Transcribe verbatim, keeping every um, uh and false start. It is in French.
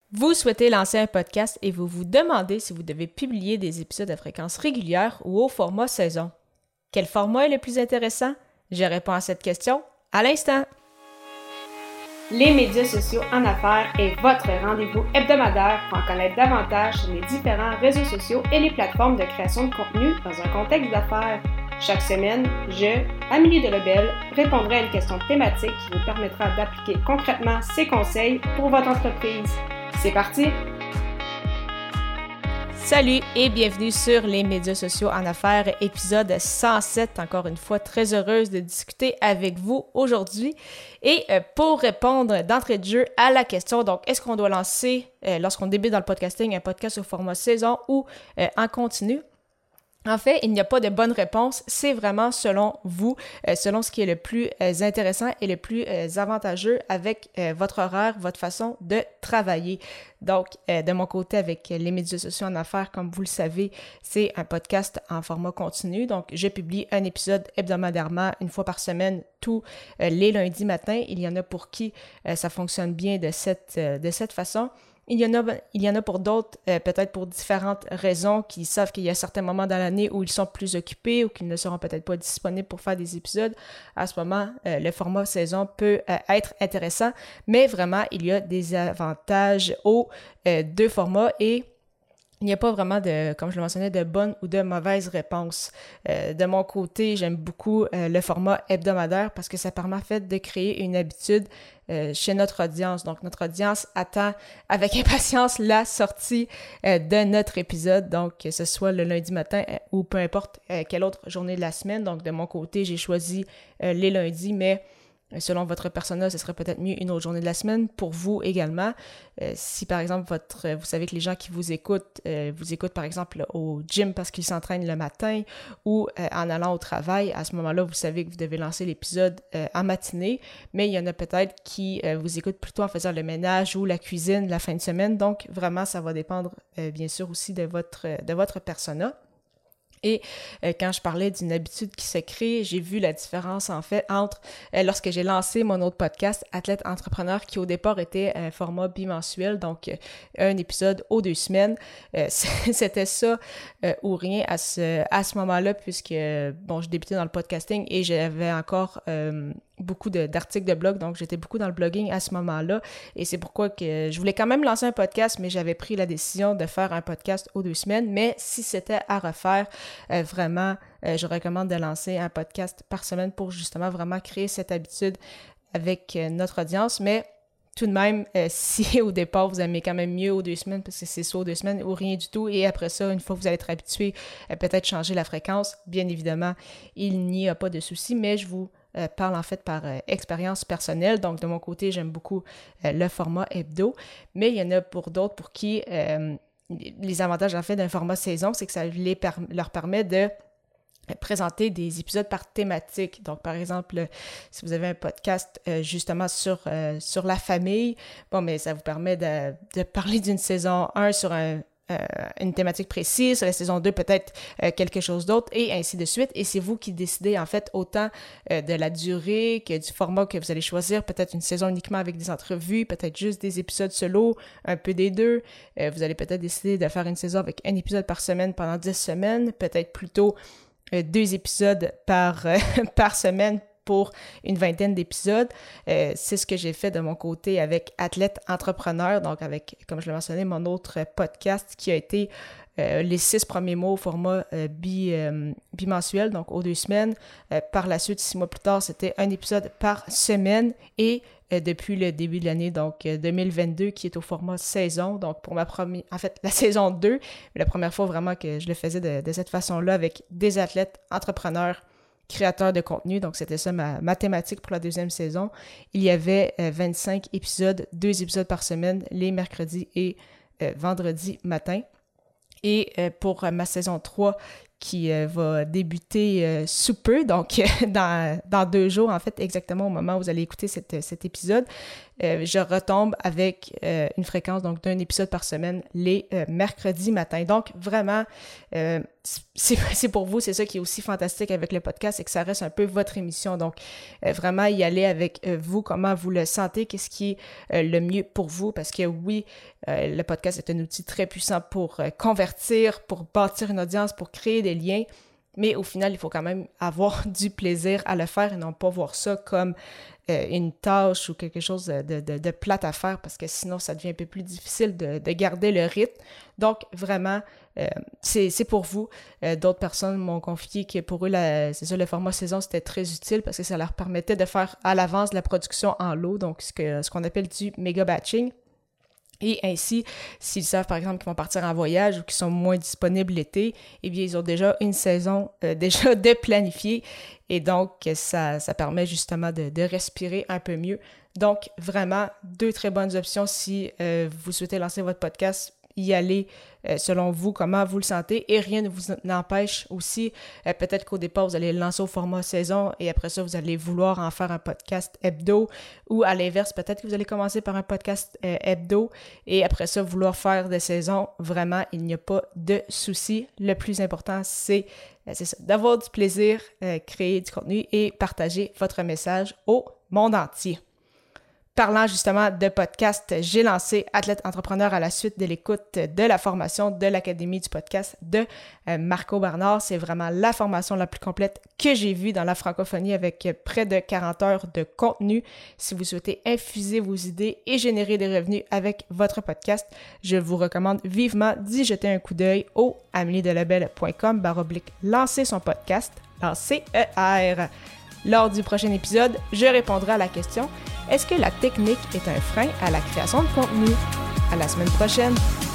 Vous souhaitez lancer un podcast et vous vous demandez si vous devez publier des épisodes à fréquence régulière ou au format saison. Quel format est le plus intéressant? Je réponds à cette question à l'instant. Les médias sociaux en affaires est votre rendez-vous hebdomadaire pour en connaître davantage sur les différents réseaux sociaux et les plateformes de création de contenu dans un contexte d'affaires. Chaque semaine, je, Amélie Delobel, répondrai à une question thématique qui vous permettra d'appliquer concrètement ces conseils pour votre entreprise. C'est parti! Salut et bienvenue sur les médias sociaux en affaires, épisode cent sept. Encore une fois, très heureuse de discuter avec vous aujourd'hui. Et pour répondre d'entrée de jeu à la question, donc est-ce qu'on doit lancer, euh, lorsqu'on débute dans le podcasting, un podcast au format saison ou euh, en continu? En fait, il n'y a pas de bonne réponse, c'est vraiment selon vous, euh, selon ce qui est le plus euh, intéressant et le plus euh, avantageux avec euh, votre horaire, votre façon de travailler. Donc, euh, de mon côté, avec les médias sociaux en affaires, comme vous le savez, c'est un podcast en format continu. Donc, je publie un épisode hebdomadairement, une fois par semaine, tous euh, les lundis matins. Il y en a pour qui euh, ça fonctionne bien de cette, euh, de cette façon. Il y en a, il y en a pour d'autres, euh, peut-être pour différentes raisons, qui savent qu'il y a certains moments dans l'année où ils sont plus occupés ou qu'ils ne seront peut-être pas disponibles pour faire des épisodes. À ce moment, euh, le format saison peut euh, être intéressant, mais vraiment, il y a des avantages aux euh, deux formats et il n'y a pas vraiment de, comme je le mentionnais, de bonne ou de mauvaise réponse. Euh, de mon côté, j'aime beaucoup euh, le format hebdomadaire parce que ça permet en fait de créer une habitude euh, chez notre audience. Donc, notre audience attend avec impatience la sortie euh, de notre épisode, donc que ce soit le lundi matin euh, ou peu importe euh, quelle autre journée de la semaine. Donc, de mon côté, j'ai choisi euh, les lundis, mais selon votre persona, ce serait peut-être mieux une autre journée de la semaine. Pour vous également, euh, si par exemple, votre, vous savez que les gens qui vous écoutent, euh, vous écoutent par exemple au gym parce qu'ils s'entraînent le matin ou euh, en allant au travail, à ce moment-là, vous savez que vous devez lancer l'épisode euh, en matinée, mais il y en a peut-être qui euh, vous écoutent plutôt en faisant le ménage ou la cuisine la fin de semaine. Donc, vraiment, ça va dépendre euh, bien sûr aussi de votre, de votre persona. Et euh, quand je parlais d'une habitude qui se crée, j'ai vu la différence en fait entre euh, lorsque j'ai lancé mon autre podcast Athlète Entrepreneur qui au départ était un format bimensuel, donc euh, un épisode aux deux semaines. Euh, c'était ça euh, ou rien à ce, à ce moment-là puisque bon, je débutais dans le podcasting et j'avais encore euh, beaucoup de, d'articles de blog, donc j'étais beaucoup dans le blogging à ce moment-là et c'est pourquoi que je voulais quand même lancer un podcast, mais j'avais pris la décision de faire un podcast aux deux semaines, mais si c'était à refaire, euh, vraiment, euh, je recommande de lancer un podcast par semaine pour justement vraiment créer cette habitude avec euh, notre audience, mais tout de même, euh, si au départ, vous aimez quand même mieux aux deux semaines, parce que c'est soit aux deux semaines ou rien du tout, et après ça, une fois que vous allez être habitué, euh, peut-être changer la fréquence, bien évidemment, il n'y a pas de souci, mais je vous Euh, parle en fait par euh, expérience personnelle. Donc, de mon côté, j'aime beaucoup euh, le format hebdo, mais il y en a pour d'autres pour qui euh, les avantages en fait d'un format saison, c'est que ça les per- leur permet de présenter des épisodes par thématique. Donc, par exemple, si vous avez un podcast euh, justement sur, euh, sur la famille, bon, mais ça vous permet de, de parler d'une saison un sur un Euh, une thématique précise, sur la saison deux peut-être euh, quelque chose d'autre, et ainsi de suite. Et c'est vous qui décidez en fait autant euh, de la durée que du format que vous allez choisir, peut-être une saison uniquement avec des entrevues, peut-être juste des épisodes solo, un peu des deux. Euh, vous allez peut-être décider de faire une saison avec un épisode par semaine pendant dix semaines, peut-être plutôt euh, deux épisodes par, euh, par semaine pour une vingtaine d'épisodes. Euh, c'est ce que j'ai fait de mon côté avec Athlète Entrepreneur, donc avec, comme je l'ai mentionné, mon autre podcast qui a été euh, les six premiers mois au format euh, bi, euh, bimensuel, donc aux deux semaines. Euh, par la suite, six mois plus tard, c'était un épisode par semaine et euh, depuis le début de l'année, donc euh, deux mille vingt-deux, qui est au format saison, donc pour ma première, en fait, la saison deux, la première fois vraiment que je le faisais de, de cette façon-là avec des athlètes entrepreneurs créateur de contenu, donc c'était ça ma, ma thématique pour la deuxième saison. Il y avait euh, vingt-cinq épisodes, deux épisodes par semaine, les mercredis et euh, vendredis matin. Et euh, pour euh, ma saison trois, qui euh, va débuter euh, sous peu, donc dans, dans deux jours, en fait, exactement au moment où vous allez écouter cette, cet épisode. Euh, je retombe avec euh, une fréquence donc d'un épisode par semaine les euh, mercredis matin. Donc, vraiment, euh, c'est, c'est pour vous, c'est ça qui est aussi fantastique avec le podcast, c'est que ça reste un peu votre émission. Donc, euh, vraiment y aller avec euh, vous, comment vous le sentez, qu'est-ce qui est euh, le mieux pour vous, parce que oui, euh, le podcast est un outil très puissant pour euh, convertir, pour bâtir une audience, pour créer des liens, mais au final, il faut quand même avoir du plaisir à le faire et non pas voir ça comme euh, une tâche ou quelque chose de, de, de plate à faire, parce que sinon, ça devient un peu plus difficile de, de garder le rythme. Donc, vraiment, euh, c'est, c'est pour vous. Euh, d'autres personnes m'ont confié que pour eux, la, c'est ça, le format saison, c'était très utile parce que ça leur permettait de faire à l'avance de la production en lot, donc ce, que, ce qu'on appelle du méga batching. Et ainsi, s'ils savent par exemple qu'ils vont partir en voyage ou qu'ils sont moins disponibles l'été, eh bien ils ont déjà une saison euh, déjà de planifier et donc ça, ça permet justement de, de respirer un peu mieux. Donc vraiment, deux très bonnes options si euh, vous souhaitez lancer votre podcast. Y aller euh, selon vous, comment vous le sentez, et rien ne vous n'empêche aussi, euh, peut-être qu'au départ, vous allez le lancer au format saison, et après ça, vous allez vouloir en faire un podcast hebdo, ou à l'inverse, peut-être que vous allez commencer par un podcast euh, hebdo, et après ça, vouloir faire des saisons. Vraiment, il n'y a pas de souci. Le plus important, c'est, euh, c'est ça, d'avoir du plaisir, euh, créer du contenu et partager votre message au monde entier. Parlant justement de podcast, j'ai lancé Athlète Entrepreneur à la suite de l'écoute de la formation de l'Académie du podcast de euh, Marco Bernard. C'est vraiment la formation la plus complète que j'ai vue dans la francophonie avec près de quarante heures de contenu. Si vous souhaitez infuser vos idées et générer des revenus avec votre podcast, je vous recommande vivement d'y jeter un coup d'œil au ameliedelabel.com baroblique lancer son podcast, lancer E R. Lors du prochain épisode, je répondrai à la question « Est-ce que la technique est un frein à la création de contenu? » À la semaine prochaine!